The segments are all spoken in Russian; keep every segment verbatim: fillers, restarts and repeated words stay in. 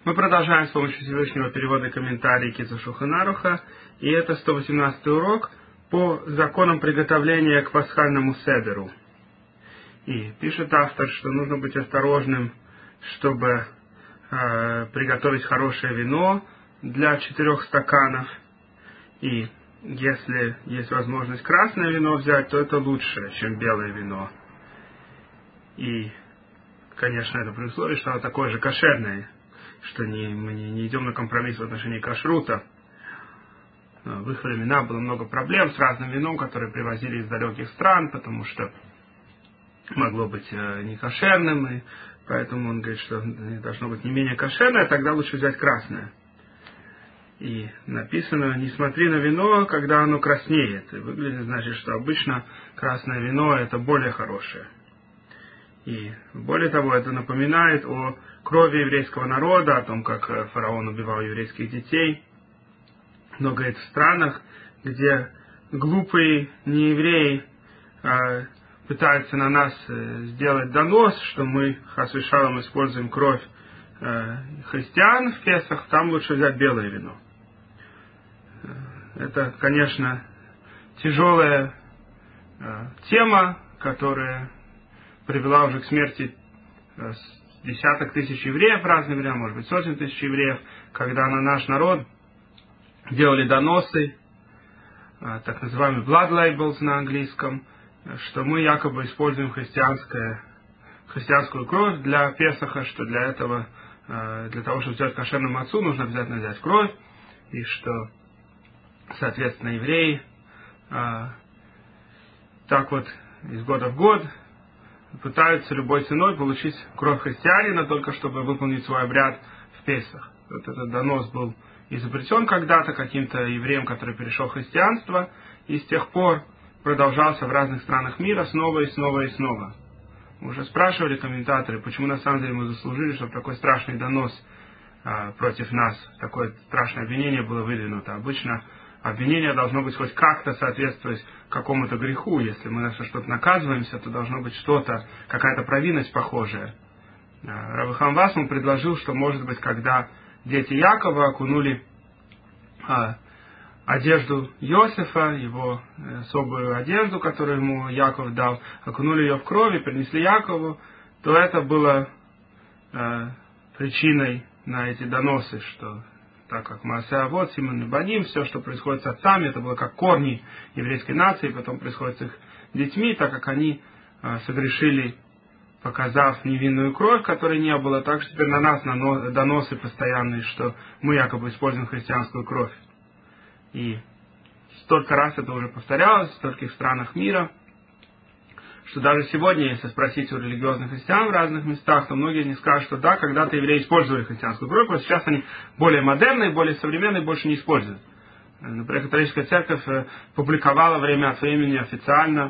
Мы продолжаем с помощью Всевышнего перевода и комментарий Кицур Шулхан Аруха, и это сто восемнадцатый урок по законам приготовления к пасхальному седеру. И пишет автор, что нужно быть осторожным, чтобы э, приготовить хорошее вино для четырех стаканов. И если есть возможность красное вино взять, то это лучше, чем белое вино. И, конечно, это при условии, что оно такое же кошерное, что не, мы не, не идем на компромисс в отношении кашрута. В их времена было много проблем с разным вином, которые привозили из далеких стран, потому что могло быть не кошерным, и поэтому он говорит, что должно быть не менее кошерное, тогда лучше взять красное. И написано: не смотри на вино, когда оно краснеет. И выглядит, значит, что обычно красное вино это более хорошее. И более того, это напоминает о крови еврейского народа, о том, как фараон убивал еврейских детей. Но, говорит, в странах, где глупые неевреи э, пытаются на нас э, сделать донос, что мы, хас вешалом, используем кровь э, христиан в Песах, там лучше взять белое вино. Это, конечно, тяжелая э, тема, которая привела уже к смерти э, десяток тысяч евреев в разные времена, может быть, сотен тысяч евреев, когда на наш народ делали доносы, э, так называемые blood labels на английском, что мы якобы используем христианское, христианскую кровь для Песаха, что для этого, э, для того, чтобы сделать кошерную мацу, нужно обязательно взять кровь, и что, соответственно, евреи э, так вот из года в год пытаются любой ценой получить кровь христианина, только чтобы выполнить свой обряд в Песах. Вот этот донос был изобретен когда-то каким-то евреем, который перешел в христианство, и с тех пор продолжался в разных странах мира снова и снова и снова. Мы уже спрашивали комментаторы, почему на самом деле мы заслужили, чтобы такой страшный донос а, против нас, такое страшное обвинение было выдвинуто. Обычно обвинение должно быть хоть как-то соответствовать какому-то греху. Если мы за что-то наказываемся, то должно быть что-то, какая-то провинность похожая. Рав Хаим Вассман предложил, что, может быть, когда дети Якова окунули а, одежду Иосифа, его особую одежду, которую ему Яков дал, окунули ее в кровь и принесли Якову, то это было а, причиной на эти доносы, что так как Маасе Авот, Симон и Баним, все, что происходит с отцами, это было как корни еврейской нации, потом происходит с их детьми, так как они э, согрешили, показав невинную кровь, которой не было, так что теперь на нас доносы постоянные, что мы якобы используем христианскую кровь. И столько раз это уже повторялось в стольких странах мира, что даже сегодня, если спросить у религиозных христиан в разных местах, то многие не скажут, что да, когда-то евреи использовали христианскую кровь, но сейчас они более модерные, более современные, больше не используют. Например, католическая церковь публиковала время от времени официально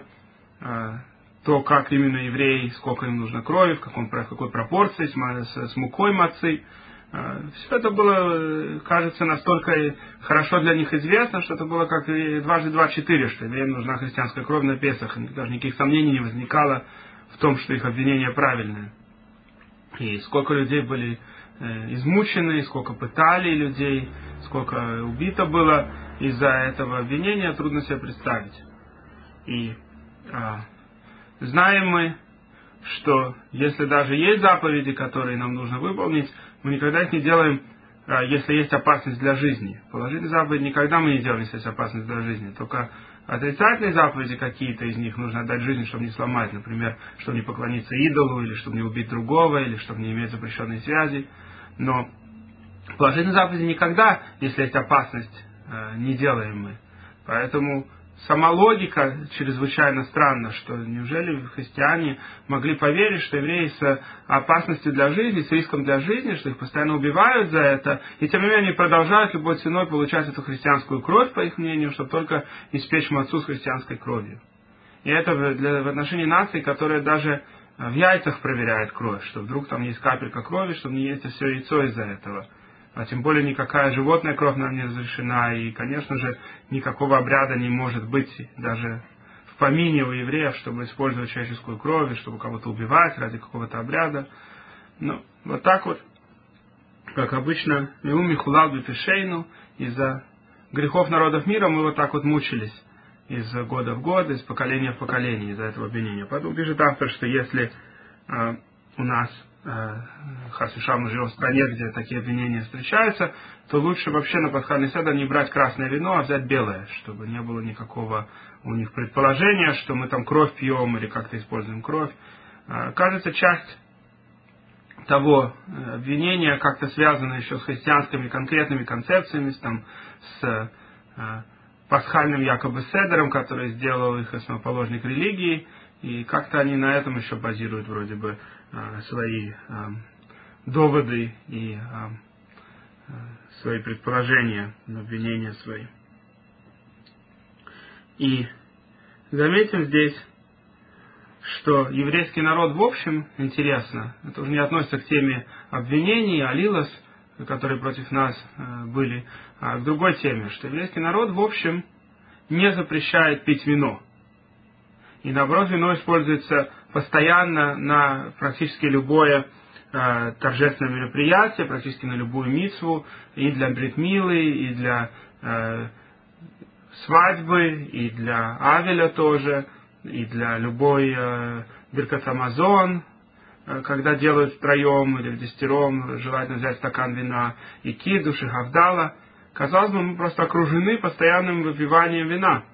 то, как именно евреи, сколько им нужно крови, в, каком, в какой пропорции, с, с, с мукой мацы. Все это было, кажется, настолько хорошо для них известно, что это было как дважды два четыре, что евреям нужна христианская кровь на Песах. Даже никаких сомнений не возникало в том, что их обвинение правильное. И сколько людей были измучены, сколько пытали людей, сколько убито было из-за этого обвинения, трудно себе представить. И а, знаем мы, что если даже есть заповеди, которые нам нужно выполнить, мы никогда их не делаем, если есть опасность для жизни. Положительные заповеди никогда мы не делаем, если есть опасность для жизни. Только отрицательные заповеди, какие-то из них нужно отдать жизни, чтобы не сломать. Например, чтобы не поклониться идолу, или чтобы не убить другого, или чтобы не иметь запрещенной связи. Но положительные заповеди никогда, если есть опасность, не делаем мы. Поэтому сама логика чрезвычайно странна, что неужели христиане могли поверить, что евреи с опасностью для жизни, с риском для жизни, что их постоянно убивают за это, и тем не менее они продолжают любой ценой получать эту христианскую кровь, по их мнению, чтобы только испечь мацу с христианской кровью. И это для, в отношении нации, которая даже в яйцах проверяет кровь, что вдруг там есть капелька крови, чтобы не есть все яйцо из-за этого. А тем более никакая животная кровь нам не разрешена, и, конечно же, никакого обряда не может быть даже в помине у евреев, чтобы использовать человеческую кровь, чтобы кого-то убивать ради какого-то обряда. Ну, вот так вот как обычно, «Миу михулал бифишейну», из-за грехов народов мира мы вот так вот мучились из года в год, из поколения в поколение, из-за этого обвинения. Поэтому пишет автор, что если э, у нас э, хас вишаль мы живем в стране, где такие обвинения встречаются, то лучше вообще на пасхальный седер не брать красное вино, а взять белое, чтобы не было никакого у них предположения, что мы там кровь пьем или как-то используем кровь. Э, кажется, часть того обвинения как-то связано еще с христианскими конкретными концепциями, там, с э, пасхальным якобы седером, который сделал их основоположник религии, и как-то они на этом еще базируют вроде бы э, свои э, доводы и э, э, свои предположения, обвинения свои. И заметим здесь, что еврейский народ в общем, интересно, это уже не относится к теме обвинений, алилос, которые против нас э, были, а к другой теме, что еврейский народ в общем не запрещает пить вино. И наоборот, вино используется постоянно на практически любое э, торжественное мероприятие, практически на любую мицву, и для брит-милы, и для э, свадьбы, и для авеля тоже, и для любой э, биркат амазон, э, когда делают втроем или в десятером, желательно взять стакан вина, и кидуш, и гавдала. Казалось бы, мы просто окружены постоянным выпиванием вина.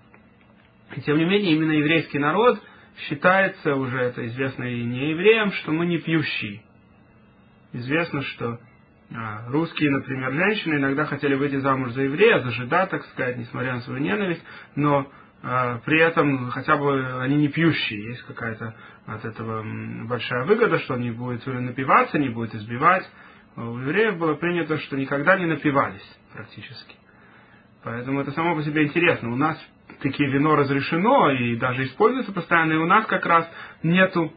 И тем не менее, именно еврейский народ считается, уже это известно и не евреям, что мы не пьющие. Известно, что э, русские, например, женщины иногда хотели выйти замуж за еврея, за жида, так сказать, несмотря на свою ненависть, но при этом хотя бы они не пьющие, есть какая-то от этого большая выгода, что он не будет напиваться, не будет избивать. У евреев было принято, что никогда не напивались практически. Поэтому это само по себе интересно. У нас такие вино разрешено и даже используется постоянно, и у нас как раз нету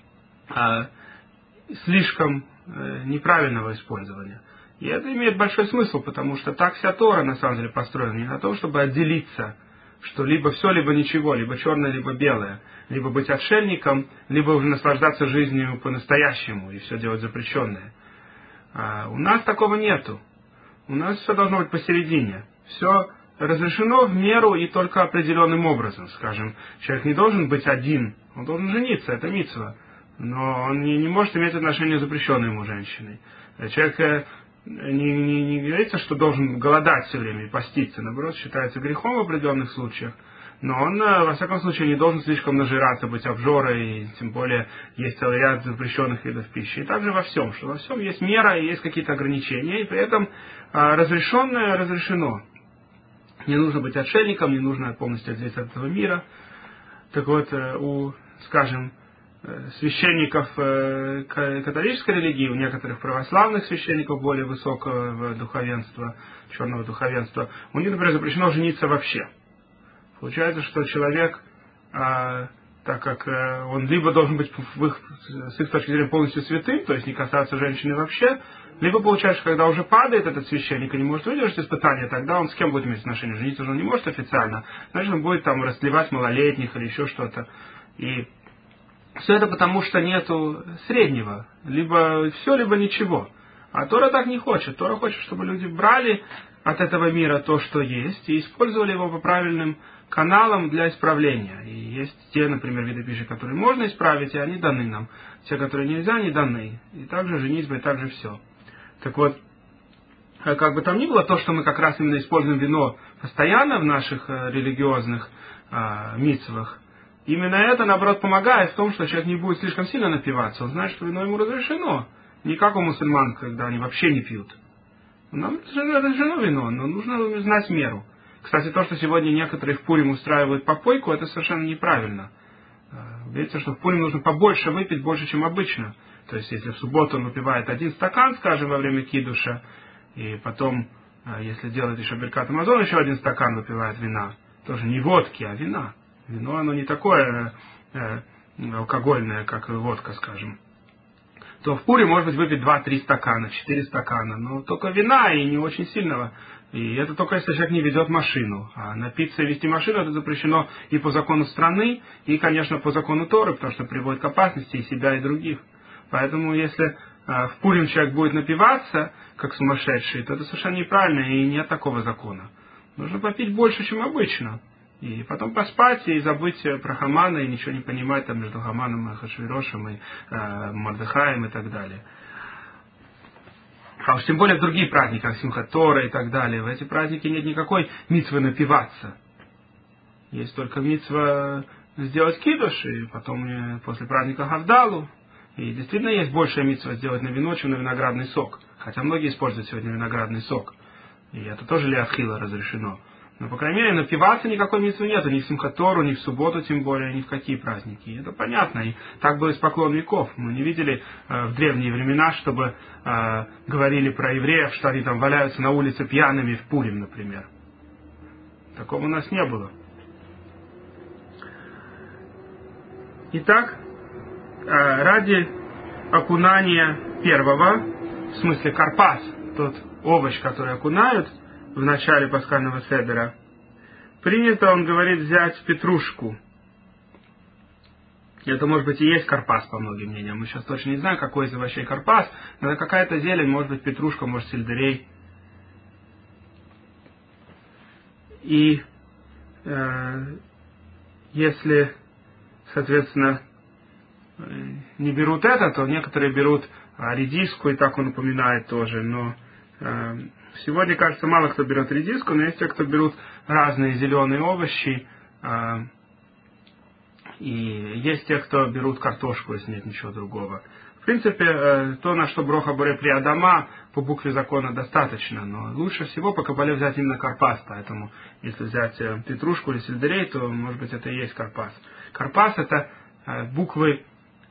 а, слишком а, неправильного использования. И это имеет большой смысл, потому что так вся Тора на самом деле построена, не на то, чтобы отделиться, что либо все, либо ничего, либо черное, либо белое, либо быть отшельником, либо уже наслаждаться жизнью по-настоящему и все делать запрещенное. А у нас такого нету. У нас все должно быть посередине. Все разрешено в меру и только определенным образом. Скажем, человек не должен быть один, он должен жениться, это мицва, но он не, не может иметь отношения с запрещенной ему женщиной. Человек Не, не, не говорится, что должен голодать все время и поститься, наоборот, считается грехом в определенных случаях, но он, во всяком случае, не должен слишком нажираться, быть обжорой, и тем более есть целый ряд запрещенных видов пищи. И также во всем, что во всем есть мера и есть какие-то ограничения, и при этом разрешенное разрешено. Не нужно быть отшельником, не нужно полностью отделиться от этого мира. Так вот, у, скажем, священников католической религии, у некоторых православных священников более высокого духовенства, черного духовенства, у них, например, запрещено жениться вообще. Получается, что человек, так как он либо должен быть в их, с их точки зрения полностью святым, то есть не касаться женщины вообще, либо получается, что когда уже падает этот священник и не может выдержать испытания, тогда он с кем будет иметь отношения? Жениться уже он не может официально, значит, он будет там растлевать малолетних или еще что-то. И все это потому, что нету среднего. Либо все, либо ничего. А Тора так не хочет. Тора хочет, чтобы люди брали от этого мира то, что есть, и использовали его по правильным каналам для исправления. И есть те, например, виды пищи, которые можно исправить, и они даны нам. Те, которые нельзя, не даны. И также женитьба, и также все. Так вот, как бы там ни было, то, что мы как раз именно используем вино постоянно в наших религиозных а, мицвах, именно это, наоборот, помогает в том, что человек не будет слишком сильно напиваться. Он знает, что вино ему разрешено. Не как у мусульман, когда они вообще не пьют. Нам разрешено вино, но нужно знать меру. Кстати, то, что сегодня некоторые в Пурим устраивают попойку, это совершенно неправильно. Видите, что в Пурим нужно побольше выпить, больше, чем обычно. То есть, если в субботу он выпивает один стакан, скажем, во время кидуша, и потом, если делает еще биркат амазон, еще один стакан выпивает вина. Тоже не водки, а вина. Вино, оно не такое э, алкогольное, как водка, скажем. То в Пуре может быть выпить два-три стакана, четыре стакана, но только вина и не очень сильного. И это только если человек не ведет машину. А напиться и вести машину это запрещено и по закону страны, и, конечно, по закону Торы, потому что приводит к опасности и себя, и других. Поэтому, если в Пурим человек будет напиваться, как сумасшедший, то это совершенно неправильно, и нет такого закона. Нужно попить больше, чем обычно. И потом поспать, и забыть про Хамана, и ничего не понимать там между Хаманом и Ахашвирошем, и э, Мордехаем и так далее. А уж тем более в другие праздники, как Симхат Тора и так далее. В эти праздники нет никакой мицвы напиваться. Есть только мицва сделать кидуш, и потом после праздника Хавдалу. И действительно есть большая мицва сделать на вино, чем на виноградный сок. Хотя многие используют сегодня виноградный сок. И это тоже лиатхила разрешено. Но, по крайней мере, напиваться никакой мицвы нету. Ни в Симхат Тору, ни в субботу, тем более, ни в какие праздники. И это понятно. И так было испокон веков. Мы не видели э, в древние времена, чтобы э, говорили про евреев, что они там валяются на улице пьяными в Пурим, например. Такого у нас не было. Итак, ради окунания первого, в смысле карпас, тот овощ, который окунают в начале пасхального седера, принято, он говорит, взять петрушку. Это, может быть, и есть карпас, по многим мнениям. Мы сейчас точно не знаем, какой из овощей карпас, но это какая-то зелень, может быть, петрушка, может, сельдерей. И э, если, соответственно, не берут это, то некоторые берут редиску, и так он упоминает тоже. Но э, сегодня, кажется, мало кто берет редиску, но есть те, кто берут разные зеленые овощи. Э, и есть те, кто берут картошку, если нет ничего другого. В принципе, э, то, на что броха боре при Адама, по букве закона достаточно. Но лучше всего по кабале взять именно карпас. Поэтому, если взять э, петрушку или сельдерей, то, может быть, это и есть карпас. Карпас — это э, буквы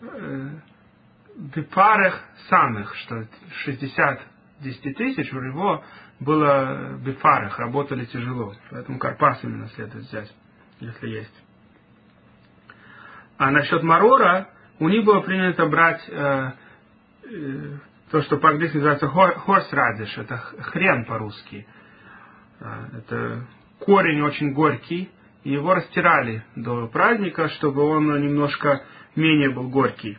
бипарех самых, что шестьдесят десять тысяч у него было бипарех, работали тяжело. Поэтому карпас именно следует взять, если есть. А насчет марора, у них было принято брать э, э, то, что по-английски называется horse radish, это хрен по-русски. Это корень очень горький, и его растирали до праздника, чтобы он немножко менее был горький.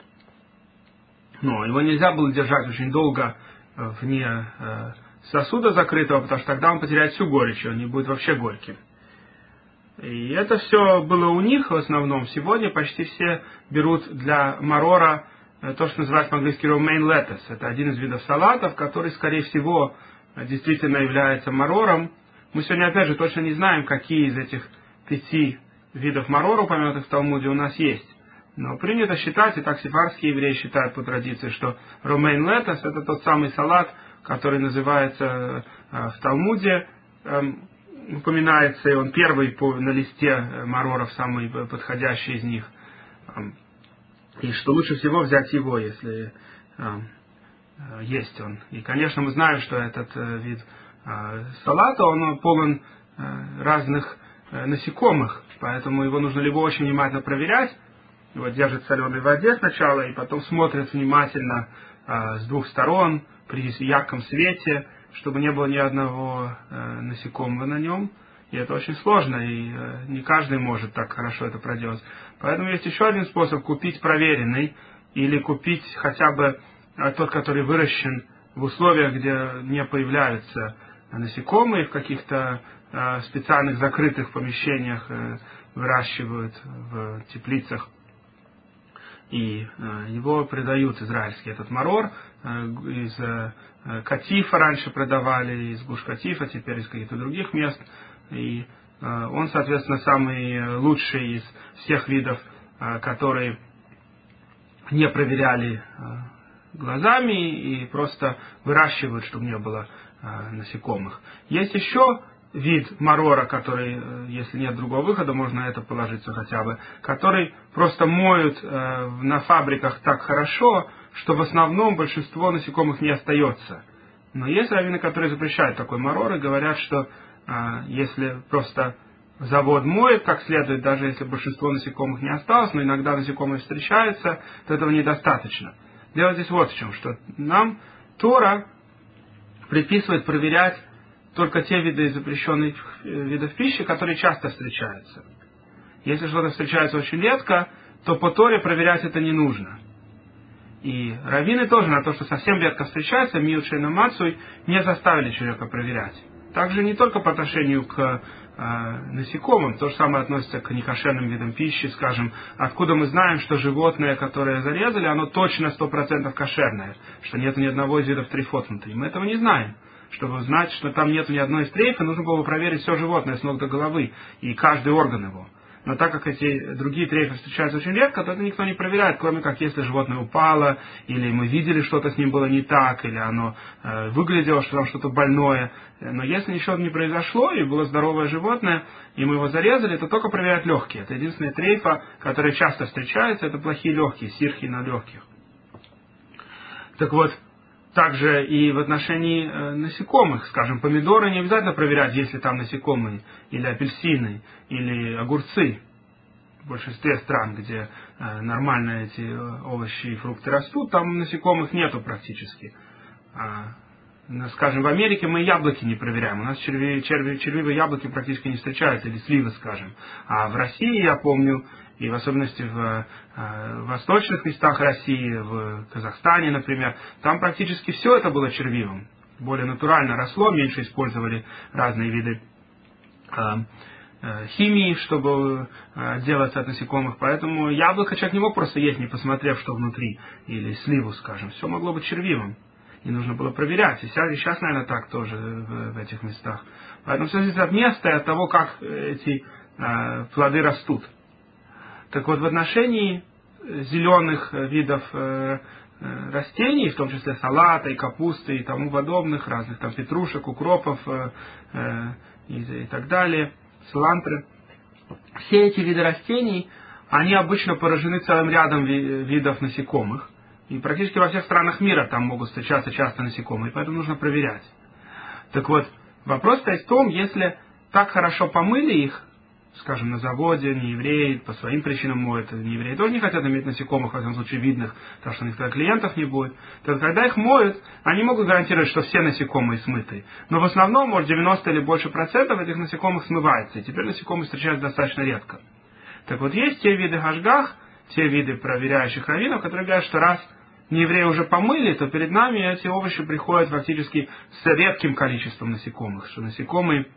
Но его нельзя было держать очень долго вне э, сосуда закрытого, потому что тогда он потеряет всю горечь, и он не будет вообще горьким. И это все было у них в основном. Сегодня почти все берут для марора э, то, что называется по-английски romaine lettuce. Это один из видов салатов, который, скорее всего, действительно является марором. Мы сегодня, опять же, точно не знаем, какие из этих пяти видов марора, упомянутых в Талмуде, у нас есть. Но принято считать, и так сефардские евреи считают по традиции, что romaine lettuce — это тот самый салат, который называется э, в Талмуде, э, упоминается, и он первый по, на листе мароров, самый подходящий из них. Э, и что лучше всего взять его, если э, э, есть он. И, конечно, мы знаем, что этот э, вид э, салата, он полон э, разных э, насекомых, поэтому его нужно либо очень внимательно проверять, его держат в соленой воде сначала, и потом смотрят внимательно э, с двух сторон, при ярком свете, чтобы не было ни одного э, насекомого на нем. И это очень сложно, и э, не каждый может так хорошо это проделать. Поэтому есть еще один способ: купить проверенный, или купить хотя бы э, тот, который выращен в условиях, где не появляются насекомые, в каких-то э, специальных закрытых помещениях э, выращивают в теплицах. И э, его продают израильский этот марор, э, из э, Катифа раньше продавали, из Гуш-Катифа, теперь из каких-то других мест. И э, он, соответственно, самый лучший из всех видов, э, которые не проверяли э, глазами и просто выращивают, чтобы не было э, насекомых. Есть еще вид марора, который, если нет другого выхода, можно на это положиться хотя бы, который просто моют э, на фабриках так хорошо, что в основном большинство насекомых не остается. Но есть раввины, которые запрещают такой марор и говорят, что э, если просто завод моет как следует, даже если большинство насекомых не осталось, но иногда насекомые встречаются, то этого недостаточно. Дело здесь вот в чем, что нам Тора предписывает проверять только те виды запрещенных видов пищи, которые часто встречаются. Если что-то встречается очень редко, то по Торе проверять это не нужно. И раввины тоже на то, что совсем редко встречаются, миучейна мацуй, не заставили человека проверять. Также не только по отношению к э, насекомым, то же самое относится к некошерным видам пищи, скажем, откуда мы знаем, что животное, которое зарезали, оно точно сто процентов кошерное, что нет ни одного из видов трейфот внутри. Мы этого не знаем. Чтобы знать, что там нет ни одной из трейфа, нужно было бы проверить все животное с ног до головы и каждый орган его. Но так как эти другие трейфы встречаются очень редко, то это никто не проверяет, кроме как если животное упало, или мы видели, что-то с ним было не так, или оно э, выглядело, что там что-то больное. Но если ничего не произошло, и было здоровое животное, и мы его зарезали, то только проверяют легкие. Это единственные трейфа, которые часто встречаются, это плохие легкие, сирхи на легких. Так вот, также и в отношении э, насекомых, скажем, помидоры не обязательно проверять, есть ли там насекомые, или апельсины, или огурцы. В большинстве стран, где э, нормально эти овощи и фрукты растут, там насекомых нету практически. А, скажем, в Америке мы яблоки не проверяем. У нас черви, черви, червивые яблоки практически не встречаются, или сливы, скажем. А в России, я помню, и в особенности в э, восточных местах России, в Казахстане, например, там практически все это было червивым. Более натурально росло, меньше использовали разные виды э, э, химии, чтобы э, отделаться от насекомых. Поэтому яблоко человек не мог просто есть, не посмотрев, что внутри, или сливу, скажем. Все могло быть червивым. И нужно было проверять. И сейчас, наверное, так тоже в, в этих местах. Поэтому все зависит от места и от того, как эти э, плоды растут. Так вот, в отношении зеленых видов э, э, растений, в том числе салата и капусты и тому подобных, разных там петрушек, укропов э, э, и, и так далее, cilantro, все эти виды растений, они обычно поражены целым рядом ви- видов насекомых. И практически во всех странах мира там могут встречаться часто насекомые, поэтому нужно проверять. Так вот, вопрос стоит в том, если так хорошо помыли их, скажем, на заводе, не евреи, по своим причинам моют, не евреи тоже не хотят иметь насекомых, во всяком случае, видных, потому что у них тогда клиентов не будет, то когда их моют, они могут гарантировать, что все насекомые смыты. Но в основном, может, девяносто или больше процентов этих насекомых смывается, и теперь насекомые встречаются достаточно редко. Так вот, есть те виды гашгах, те виды проверяющих раввинов, которые говорят, что раз неевреи уже помыли, то перед нами эти овощи приходят фактически с редким количеством насекомых, что насекомые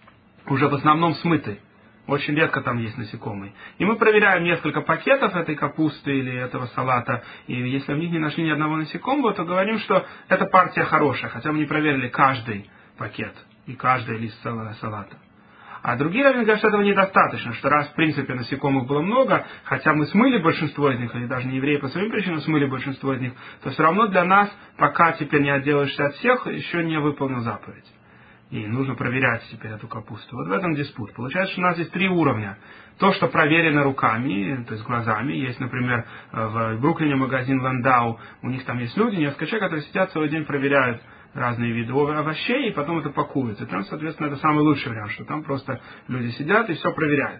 уже в основном смыты. Очень редко там есть насекомые. И мы проверяем несколько пакетов этой капусты или этого салата, и если в них не нашли ни одного насекомого, то говорим, что эта партия хорошая, хотя мы не проверили каждый пакет и каждый лист салата. А другие раввины говорят, что этого недостаточно, что раз в принципе насекомых было много, хотя мы смыли большинство из них, или даже не евреи по своим причинам смыли большинство из них, то все равно для нас, пока теперь не отделаешься от всех, еще не выполнил заповедь. И нужно проверять теперь эту капусту. Вот в этом диспут. Получается, что у нас есть три уровня. То, что проверено руками, то есть глазами. Есть, например, в Бруклине магазин Ландау. У них там есть люди, несколько человек, которые сидят целый день, проверяют разные виды овощей, и потом это пакуют. И там, соответственно, это самый лучший вариант, что там просто люди сидят и все проверяют.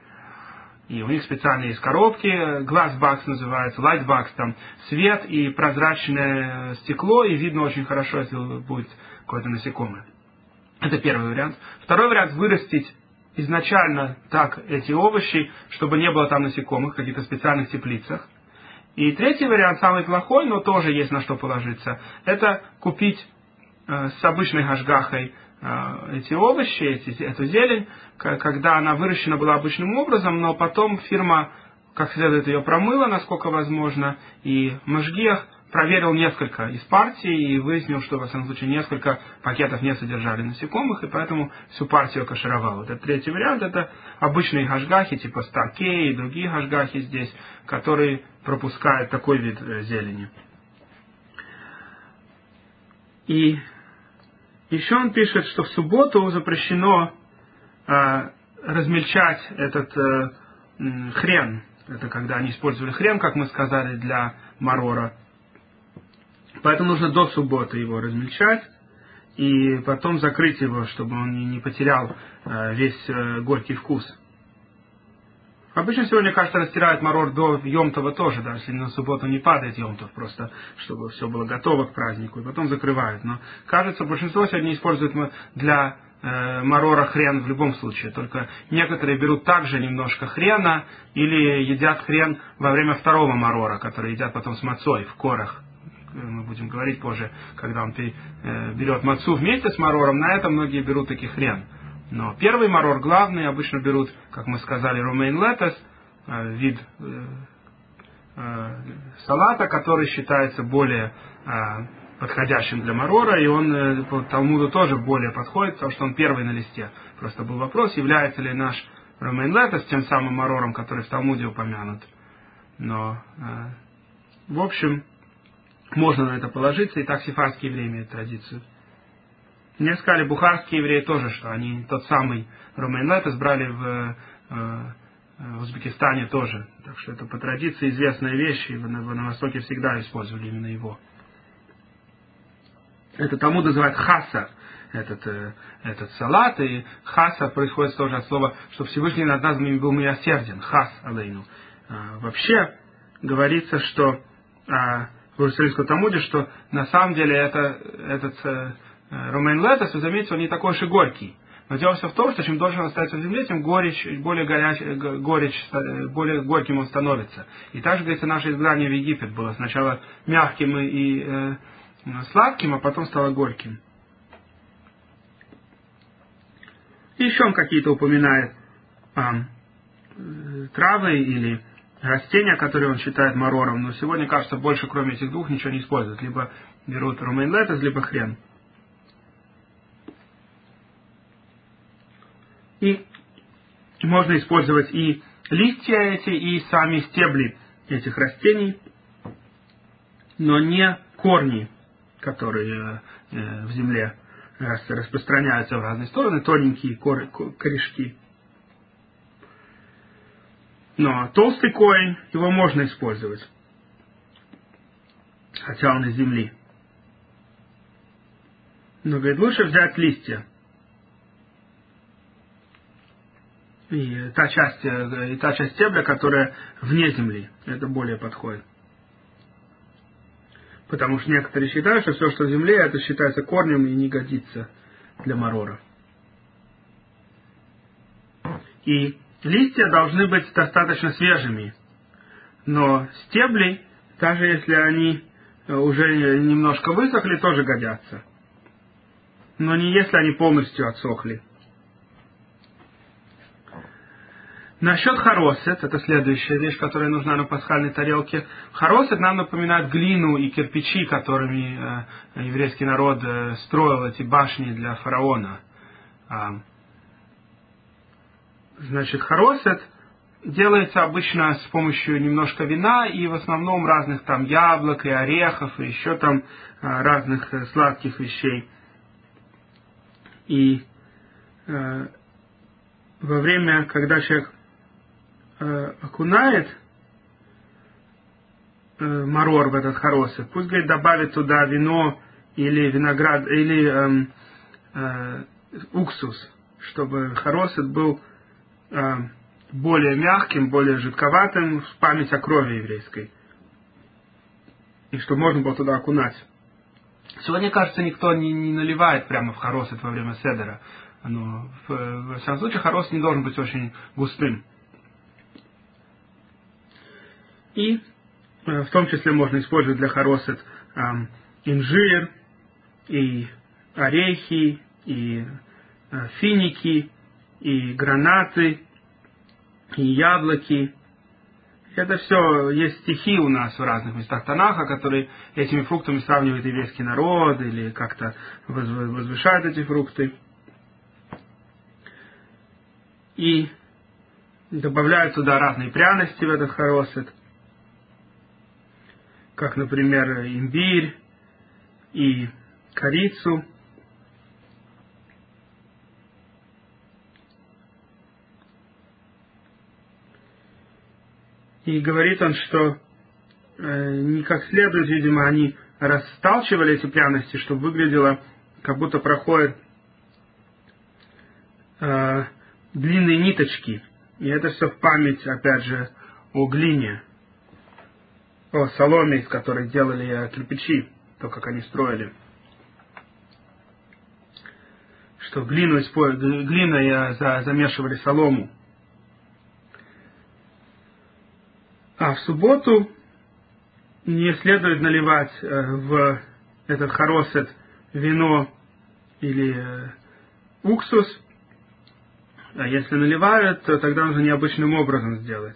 И у них специальные есть коробки, glass box называется, light box, там свет и прозрачное стекло, и видно очень хорошо, если будет какое-то насекомое. Это первый вариант. Второй вариант — вырастить изначально так эти овощи, чтобы не было там насекомых в каких-то специальных теплицах. И третий вариант, самый плохой, но тоже есть на что положиться, это купить э, с обычной гашгахой э, эти овощи, эти, эту зелень, к- когда она выращена была обычным образом, но потом фирма как следует ее промыла, насколько возможно, и машгиах проверил несколько из партий и выяснил, что, во всяком случае, несколько пакетов не содержали насекомых, и поэтому всю партию кашировал. Вот этот третий вариант — это обычные гашгахи, типа старкей и другие гашгахи здесь, которые пропускают такой вид зелени. И еще он пишет, что в субботу запрещено э, размельчать этот э, хрен. Это когда они использовали хрен, как мы сказали, для марора. Поэтому нужно до субботы его размельчать и потом закрыть его, чтобы он не потерял весь горький вкус. Обычно сегодня, кажется, растирают марор до Йом-Това тоже, даже если на субботу не падает Йом-Тов, просто чтобы все было готово к празднику, и потом закрывают. Но, кажется, большинство сегодня используют для э, марора хрен в любом случае. Только некоторые берут также немножко хрена или едят хрен во время второго марора, который едят потом с мацой в корах. Мы будем говорить позже, когда он э, берет мацу вместе с марором, на это многие берут таки хрен. Но первый марор главный, обычно берут, как мы сказали, romaine lettuce, э, вид э, э, салата, который считается более э, подходящим для марора, и он э, по Талмуду тоже более подходит, потому что он первый на листе. Просто был вопрос, является ли наш romaine lettuce тем самым марором, который в Талмуде упомянут. Но, э, в общем, можно на это положиться, и так сефардские евреи имеют традицию. Мне сказали, бухарские евреи тоже, что они тот самый romaine lettuce брали в, э, в Узбекистане тоже. Так что это по традиции известная вещь, и на, на Востоке всегда использовали именно его. Это Талмуд называют хаса, этот, э, этот салат, и хаса происходит тоже от слова, что Всевышний над нас был милосерден, хас алейну. А, вообще говорится, что а, в Иерусалимском Талмуде, что на самом деле это, этот э, romaine lettuce, вы заметите, он не такой уж и горький. Но дело все в том, что чем дольше он остается в земле, тем горечь, более, горяч, горечь, более горьким он становится. И также, говорится, наше изгнание в Египет было сначала мягким и, и э, сладким, а потом стало горьким. И еще он какие-то упоминает а, травы или растения, которые он считает марором, но сегодня, кажется, больше кроме этих двух ничего не используют. Либо берут romaine lettuce, либо хрен. И можно использовать и листья эти, и сами стебли этих растений, но не корни, которые э, в земле распространяются в разные стороны, тоненькие кор- корешки. Но толстый корень, его можно использовать, хотя он из земли. Но, говорит, лучше взять листья. И та часть, и та часть стебля, которая вне земли, это более подходит. Потому что некоторые считают, что все, что в земле, это считается корнем и не годится для марора. И листья должны быть достаточно свежими. Но стебли, даже если они уже немножко высохли, тоже годятся. Но не если они полностью отсохли. Насчет хоросет, это следующая вещь, которая нужна на пасхальной тарелке. Хоросет нам напоминает глину и кирпичи, которыми э, еврейский народ э, строил эти башни для фараона. А, значит, хоросет делается обычно с помощью немножко вина и в основном разных там яблок и орехов и еще там э, разных э, сладких вещей. И э, во время, когда человек окунает э, марор в этот хоросет, пусть, говорит, добавит туда вино или виноград, или э, э, уксус, чтобы хоросет был э, более мягким, более жидковатым, в память о крови еврейской. И чтобы можно было туда окунать. Сегодня, кажется, никто не, не наливает прямо в хоросет во время седера. Но в, в всяком случае хоросет не должен быть очень густым. И э, в том числе можно использовать для хоросет э, инжир, и орехи, и э, финики, и гранаты, и яблоки. Это все есть стихи у нас в разных местах Танаха, которые этими фруктами сравнивает еврейский народ или как-то возвышают эти фрукты. И добавляют туда разные пряности в этот хоросет, как, например, имбирь и корицу. И говорит он, что э, не как следует, видимо, они расталчивали эти пряности, чтобы выглядело, как будто проходят э, длинные ниточки. И это все в память, опять же, о глине, о соломе, из которой делали кирпичи, то, как они строили. что глину, глиной замешивали солому. А в субботу не следует наливать в этот хоросет вино или уксус. А если наливают, то тогда нужно необычным образом сделать.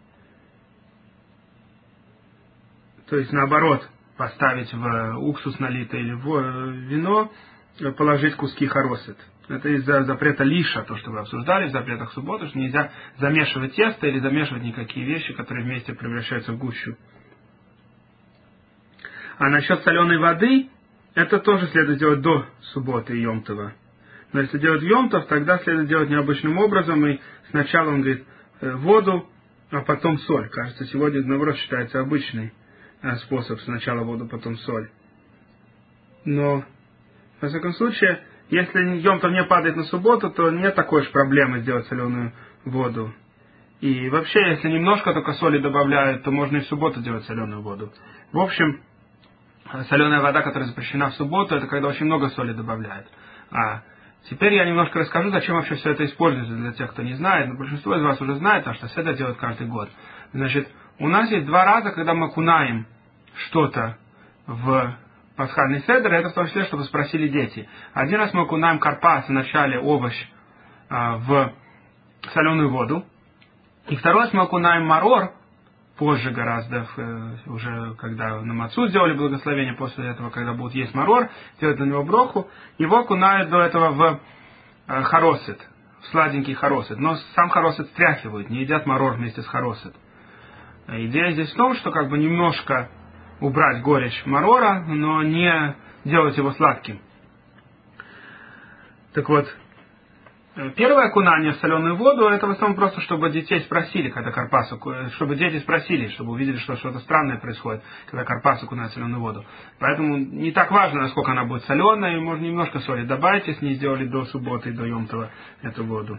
То есть наоборот, поставить в уксус налитый или в вино, положить куски хоросет. Это из-за запрета лиша, то, что вы обсуждали в запретах субботы, что нельзя замешивать тесто или замешивать никакие вещи, которые вместе превращаются в гущу. А насчет соленой воды, это тоже следует делать до субботы и Йом-Това. Но если делать Йом-Тов, тогда следует делать необычным образом, и сначала он говорит воду, а потом соль. Кажется, сегодня, наоборот, считается обычный способ: сначала воду, потом соль. Но, во всяком случае, если Йом-Тов не падает на субботу, то нет такой уж проблемы сделать соленую воду. И вообще, если немножко только соли добавляют, то можно и в субботу делать соленую воду. В общем, соленая вода, которая запрещена в субботу, это когда очень много соли добавляют. А теперь я немножко расскажу, зачем вообще все это используется, для тех, кто не знает. Но большинство из вас уже знает, потому что все это делают каждый год. Значит, у нас есть два раза, когда мы окунаем что-то в пасхальный седр, это в том числе, чтобы спросили дети. Один раз мы окунаем карпас, в начале овощ, в соленую воду. И второй раз мы окунаем марор, позже гораздо, уже когда на мацу сделали благословение, после этого, когда будут есть марор, делать для него броху, его окунают до этого в хоросет, в сладенький хоросет. Но сам хоросет стряхивают, не едят марор вместе с хоросет. Идея здесь в том, что как бы немножко убрать горечь марора, но не делать его сладким. Так вот, первое окунание в соленую воду, это в основном просто, чтобы детей спросили, когда карпас, чтобы дети спросили, чтобы увидели, что что-то странное происходит, когда карпас окунает в соленую воду. Поэтому не так важно, насколько она будет соленая, можно немножко соли добавить, если не сделали до субботы, до Йом-Това эту воду.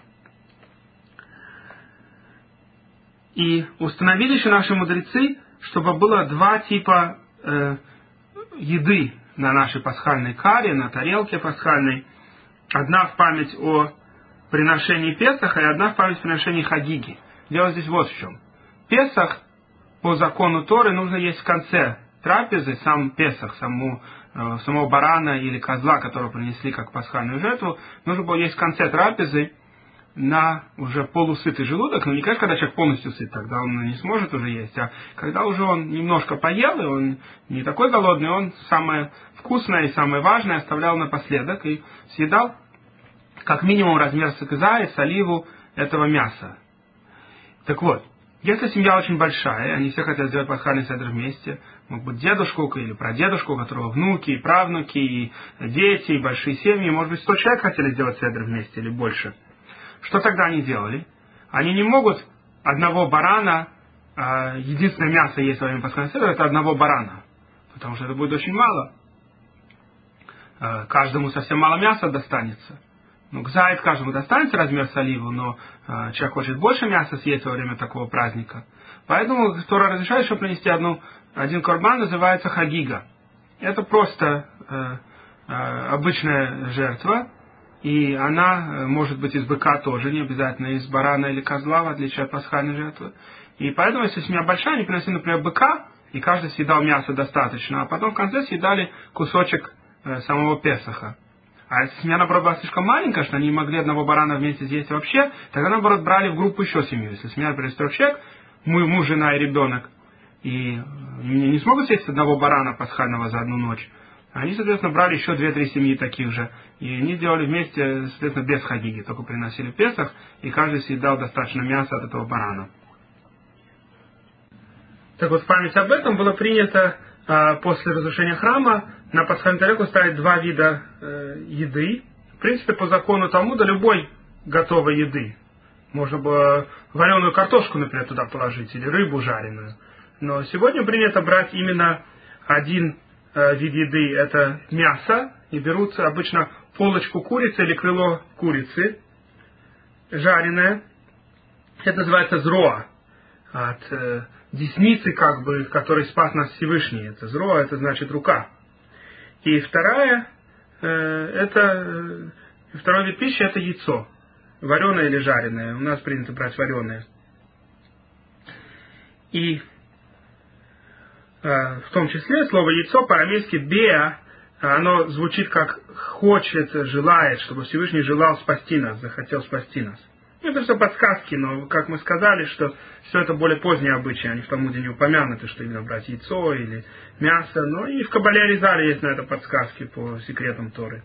И установили еще наши мудрецы, чтобы было два типа э, еды на нашей пасхальной каре, на тарелке пасхальной. Одна в память о приношении Песаха и одна в память о приношении Хагиги. Дело здесь вот в чем. Песах по закону Торы нужно есть в конце трапезы, сам Песах, саму, э, самого барана или козла, которого принесли как пасхальную жертву, нужно было есть в конце трапезы на уже полусытый желудок, но не конечно, когда человек полностью сыт, тогда он не сможет уже есть, а когда уже он немножко поел, и он не такой голодный, он самое вкусное и самое важное оставлял напоследок и съедал как минимум размер сакыза и соливу этого мяса. Так вот, если семья очень большая, они все хотят сделать пасхальный седр вместе, могут быть дедушку или прадедушку, у которого внуки и правнуки, и дети, и большие семьи, может быть, сто человек хотели сделать седр вместе или больше. Что тогда они делали? Они не могут одного барана, единственное мясо есть во время пасхального седра, это одного барана, потому что это будет очень мало. Каждому совсем мало мяса достанется. Ну, кзайт каждому достанется размер соливу, но человек хочет больше мяса съесть во время такого праздника. Поэтому Тора разрешает еще принести одну, один корбан, называется хагига. Это просто э, э, обычная жертва. И она может быть из быка тоже, не обязательно из барана или козла, в отличие от пасхальной жертвы. И поэтому, если семья большая, они приносили, например, быка, и каждый съедал мясо достаточно, а потом в конце съедали кусочек э, самого Песаха. А если семья, наоборот, была слишком маленькая, что они не могли одного барана вместе съесть вообще, тогда, наоборот, брали в группу еще семью. Если семья, например, трех человек, муж, жена и ребенок, и не смогут съесть одного барана пасхального за одну ночь, они, соответственно, брали еще две-три семьи таких же. И они делали вместе, соответственно, без хагиги. Только приносили Песах, и каждый съедал достаточно мяса от этого барана. Так вот, в память об этом было принято э, после разрушения храма на пасхальную тарелку ставить два вида э, еды. В принципе, по закону Талмуда любой готовой еды. Можно было вареную картошку, например, туда положить, или рыбу жареную. Но сегодня принято брать именно один вид еды, это мясо, и берут обычно полочку курицы или крыло курицы, жареное. Это называется зроа, от э, десницы, как бы, в которой спас нас Всевышний. Это зроа, это значит рука. И вторая, э, это Второй вид пищи — это яйцо. Вареное или жареное. У нас принято брать вареное. И э, в том числе слово яйцо по-арамейски «беа», оно звучит как «хочет», «желает», чтобы Всевышний желал спасти нас, захотел спасти нас. Это все подсказки, но, как мы сказали, что все это более поздние обычаи, они в Талмуде не упомянуты, что именно брать яйцо или мясо, но и в Кабале Аризале есть на это подсказки по секретам Торы.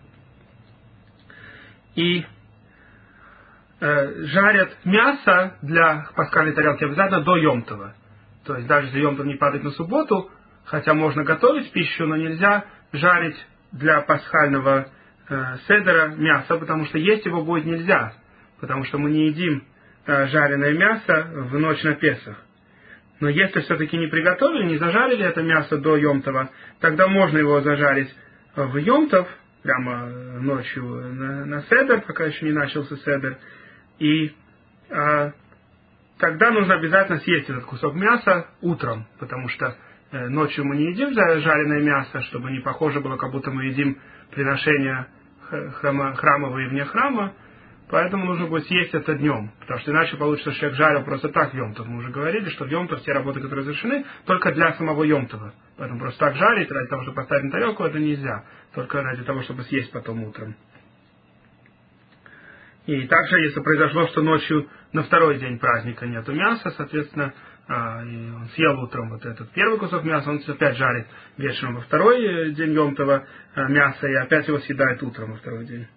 И э, жарят мясо для пасхальной тарелки обязательно до Йом-Това. То есть даже если Йом-Тов не падает на субботу, хотя можно готовить пищу, но нельзя жарить для пасхального э, седера мясо, потому что есть его будет нельзя. Потому что мы не едим э, жареное мясо в ночь на Песах. Но если все-таки не приготовили, не зажарили это мясо до Йом-Това, тогда можно его зажарить в Йом-Тов, прямо ночью на, на седер, пока еще не начался седер. И э, тогда нужно обязательно съесть этот кусок мяса утром, потому что э, ночью мы не едим жареное мясо, чтобы не похоже было, как будто мы едим приношения храма, храмовые вне храма. Поэтому нужно будет съесть это днем, потому что иначе получится, что человек жарил просто так Йом-Тов. Мы уже говорили, что в Йом-Тов те работы, которые разрешены, только для самого Йом-Това. Поэтому просто так жарить, ради того, чтобы поставить на тарелку, это нельзя. Только ради того, чтобы съесть потом утром. И также, если произошло, что ночью на второй день праздника нету мяса, соответственно, и он съел утром вот этот первый кусок мяса, он опять жарит вечером во второй день Йом-Това мясо, и опять его съедает утром во второй день.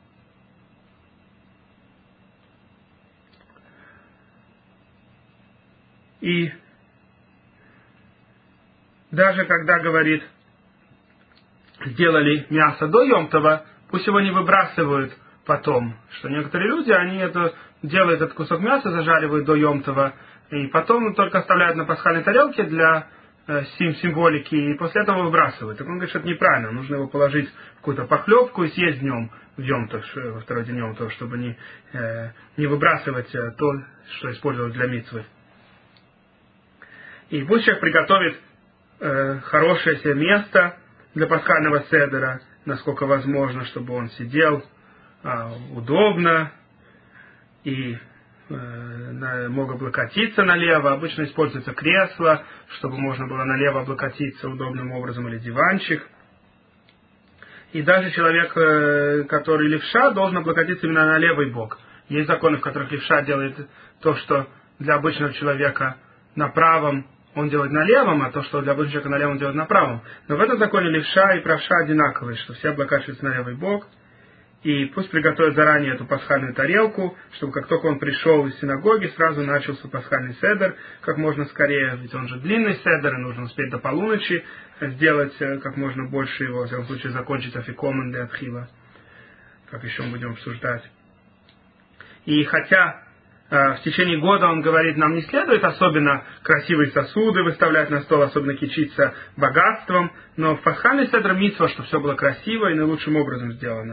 И даже когда, говорит, сделали мясо до Йом-Това, пусть его не выбрасывают потом. Что некоторые люди, они это делают, этот кусок мяса, зажаривают до Йом-Това, и потом только оставляют на пасхальной тарелке для э, сим символики, и после этого выбрасывают. Так он говорит, что это неправильно. Нужно его положить в какую-то похлебку и съесть днем в Йом-Тов, во второй день Йом-Това, чтобы не, э, не выбрасывать э, то, что использовать для мицвы. И пусть человек приготовит э, хорошее себе место для пасхального седера, насколько возможно, чтобы он сидел э, удобно и э, на, мог облокотиться налево. Обычно используется кресло, чтобы можно было налево облокотиться удобным образом, или диванчик. И даже человек, э, который левша, должен облокотиться именно на левый бок. Есть законы, в которых левша делает то, что для обычного человека на правом он делает на левом, а то, что для обычного человека на левом, он делает на правом. Но в этом законе левша и правша одинаковые, что все облокачиваются на левый бок. И пусть приготовят заранее эту пасхальную тарелку, чтобы как только он пришел из синагоги, сразу начался пасхальный седер как можно скорее, ведь он же длинный седер, и нужно успеть до полуночи сделать как можно больше его, в всяком случае закончить афикомен для Атхила, как еще мы будем обсуждать. И хотя в течение года, он говорит, нам не следует особенно красивые сосуды выставлять на стол, особенно кичиться богатством, но в пасхальный седер мицва, чтобы все было красиво и наилучшим образом сделано.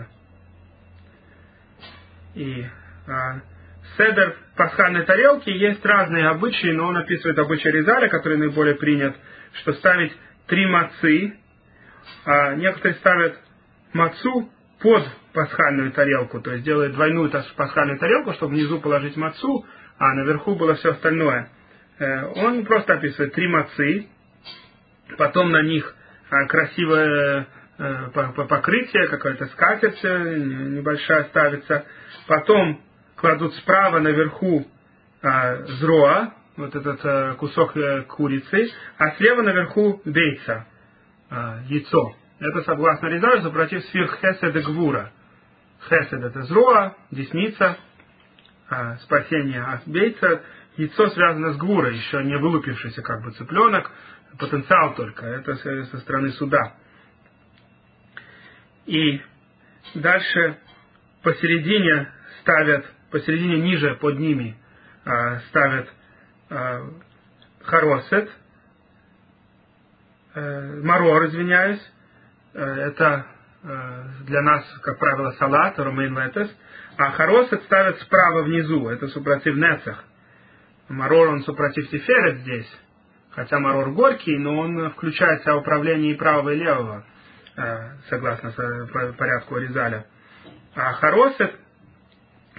И а, седер пасхальной тарелки есть разные обычаи, но он описывает обычай Аризаля, который наиболее принят, что ставить три мацы, а некоторые ставят мацу под пасхальную тарелку, то есть делает двойную пасхальную тарелку, чтобы внизу положить мацу, а наверху было все остальное. Он просто описывает три мацы, потом на них красивое покрытие, какая-то скатерть небольшая ставится, потом кладут справа наверху зроа, вот этот кусок курицы, а слева наверху бейца, яйцо. Это, согласно Аризалю, против сфир хесед и гвура. Хесед — это зроа, десница, а, спасение от бейца. Яйцо связано с гвурой, еще не вылупившийся как бы цыпленок, потенциал только. Это со стороны суда. И дальше посередине ставят, посередине ниже, под ними, а, ставят а, харосет, а, марор, извиняюсь. Это для нас, как правило, салат, ромейн летес, а харосет ставят справа внизу, это супротив нецах. Марор, он супротив тиферет здесь, хотя марор горький, но он включает в себя управление и правого, и левого, согласно порядку Аризаля. А харосет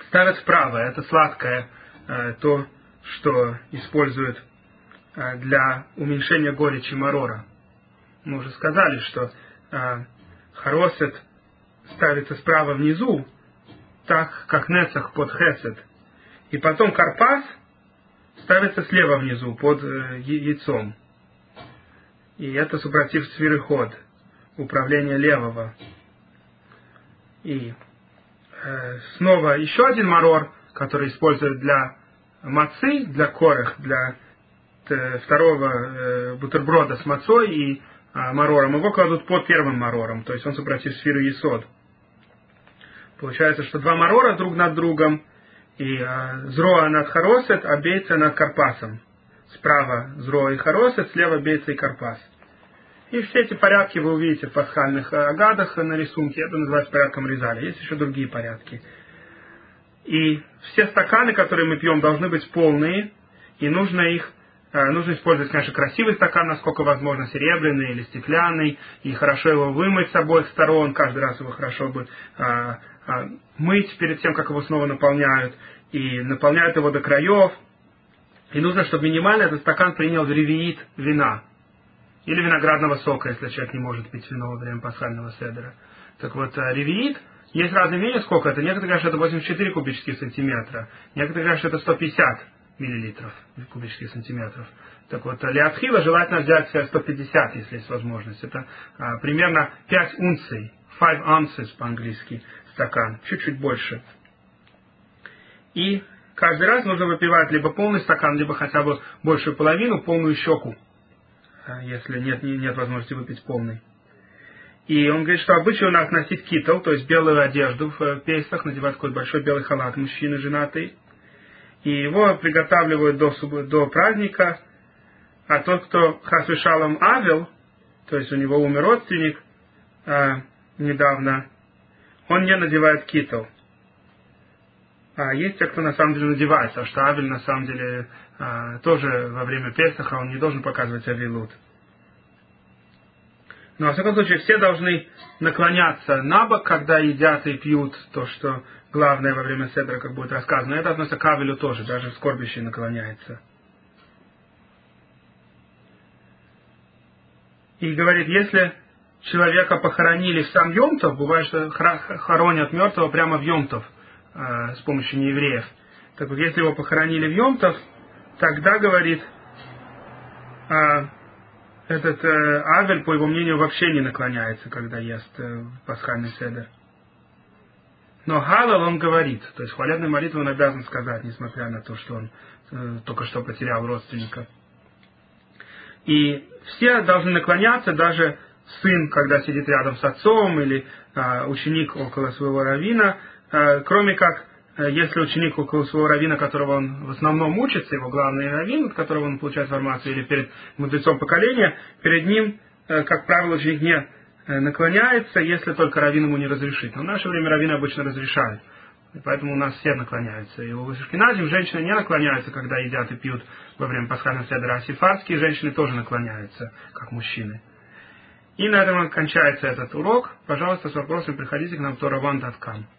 ставят справа. Это сладкое, то, что используют для уменьшения горечи марора. Мы уже сказали, что харосет ставится справа внизу, так как нецах под хесед. И потом карпас ставится слева внизу, под яйцом. И это супротив свириход, управление левого. И э, снова еще один марор, который используют для мацы, для корех, для т, второго э, бутерброда с мацой и э, марором. Его кладут под первым марором, то есть он супротив сфиру есод. Получается, что два марора друг над другом, и э, зроа над харосет, а бейца над карпасом. Справа зроа и харосет, слева бейца и карпас. И все эти порядки вы увидите в пасхальных агадах на рисунке. Это называется порядком Ризаля. Есть еще другие порядки. И все стаканы, которые мы пьем, должны быть полные. И нужно их, нужно использовать, конечно, красивый стакан, насколько возможно, серебряный или стеклянный. И хорошо его вымыть с обоих сторон. Каждый раз его хорошо бы а, а, мыть перед тем, как его снова наполняют. И наполняют его до краев. И нужно, чтобы минимально этот стакан принял ревиит вина. Или виноградного сока, если человек не может пить вино во время пасхального седера. Так вот, ревиит, есть разные мнения, сколько это. Некоторые говорят, что это восемьдесят четыре кубических сантиметра. Некоторые говорят, что это сто пятьдесят миллилитров кубических сантиметров. Так вот, леатхила желательно взять сто пятьдесят, если есть возможность. Это а, примерно пять унций, five ounces по-английски, стакан, чуть-чуть больше. И каждый раз нужно выпивать либо полный стакан, либо хотя бы большую половину, полную щеку, если нет, нет возможности выпить полный. И он говорит, что обычай у нас носить китл, то есть белую одежду в Песах, надевать такой большой белый халат мужчины женатый. И его приготавливают до, до праздника. А тот, кто хасвишалом авел, то есть у него умер родственник а, недавно, он не надевает китл. А есть те, кто на самом деле надевается, потому что авель на самом деле а, тоже во время Песаха он не должен показывать авилут. Но, во всяком случае, все должны наклоняться на бок, когда едят и пьют то, что главное во время седра, как будет рассказано. Это относится к авелю тоже, даже скорбящий наклоняется. И говорит, если человека похоронили в сам Йом-Тов, бывает, что хоронят мертвого прямо в Йом-Тов, с помощью неевреев. Так вот, если его похоронили в Йом-Тов, тогда, говорит, этот авель, по его мнению, вообще не наклоняется, когда ест пасхальный седер. Но халал он говорит, то есть хвалебную молитву он обязан сказать, несмотря на то, что он э, только что потерял родственника. И все должны наклоняться, даже сын, когда сидит рядом с отцом, или э, ученик около своего раввина, кроме как, если ученик около своего раввина, которого он в основном учится, его главный раввин, от которого он получает информацию, или перед мудрецом поколения, перед ним, как правило, ученик не наклоняется, если только раввин ему не разрешит. Но в наше время раввины обычно разрешают. И поэтому у нас все наклоняются. И у ашкеназим женщины не наклоняются, когда едят и пьют во время пасхального седра, а сефардские женщины тоже наклоняются, как мужчины. И на этом кончается этот урок. Пожалуйста, с вопросами приходите к нам в торабан точка ком.